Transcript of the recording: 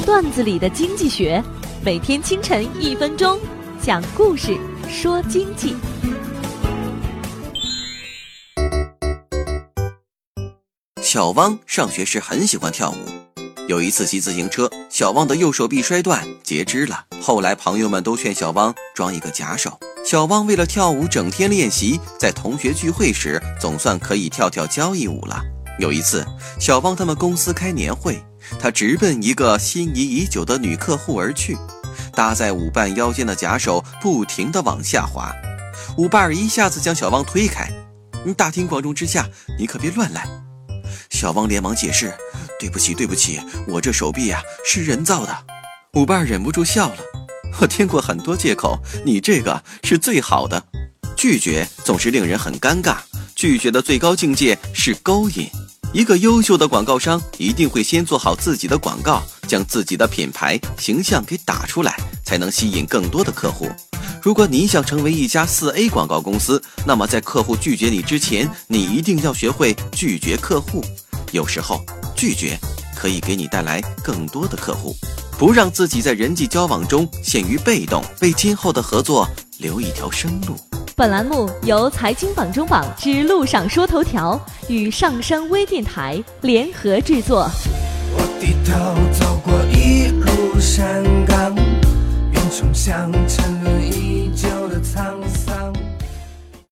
段子里的经济学，每天清晨1分钟，讲故事说经济。 小汪上学时很喜欢跳舞，有一次骑自行车，小汪的右手臂摔断截肢了。后来朋友们都劝小汪装一个假手。小汪为了跳舞整天练习，在同学聚会时总算可以跳交谊舞了。有一次小汪他们公司开年会，他直奔一个心仪已久的女客户而去，搭在舞伴腰间的假手不停地往下滑，舞伴一下子将小汪推开，大庭广众之下你可别乱来。小汪连忙解释，对不起，我这手臂是人造的。舞伴忍不住笑了，我听过很多借口，你这个是最好的。拒绝总是令人很尴尬，拒绝的最高境界是勾引。一个优秀的广告商一定会先做好自己的广告，将自己的品牌形象给打出来，才能吸引更多的客户。如果你想成为一家4A 广告公司，那么在客户拒绝你之前，你一定要学会拒绝客户。有时候拒绝可以给你带来更多的客户，不让自己在人际交往中陷于被动，为今后的合作留一条生路。 本栏目由财经榜中榜之路上说头条与上山微电台联合制作。 我低头走过一路山岗，云冲向沉沦已久的沧桑。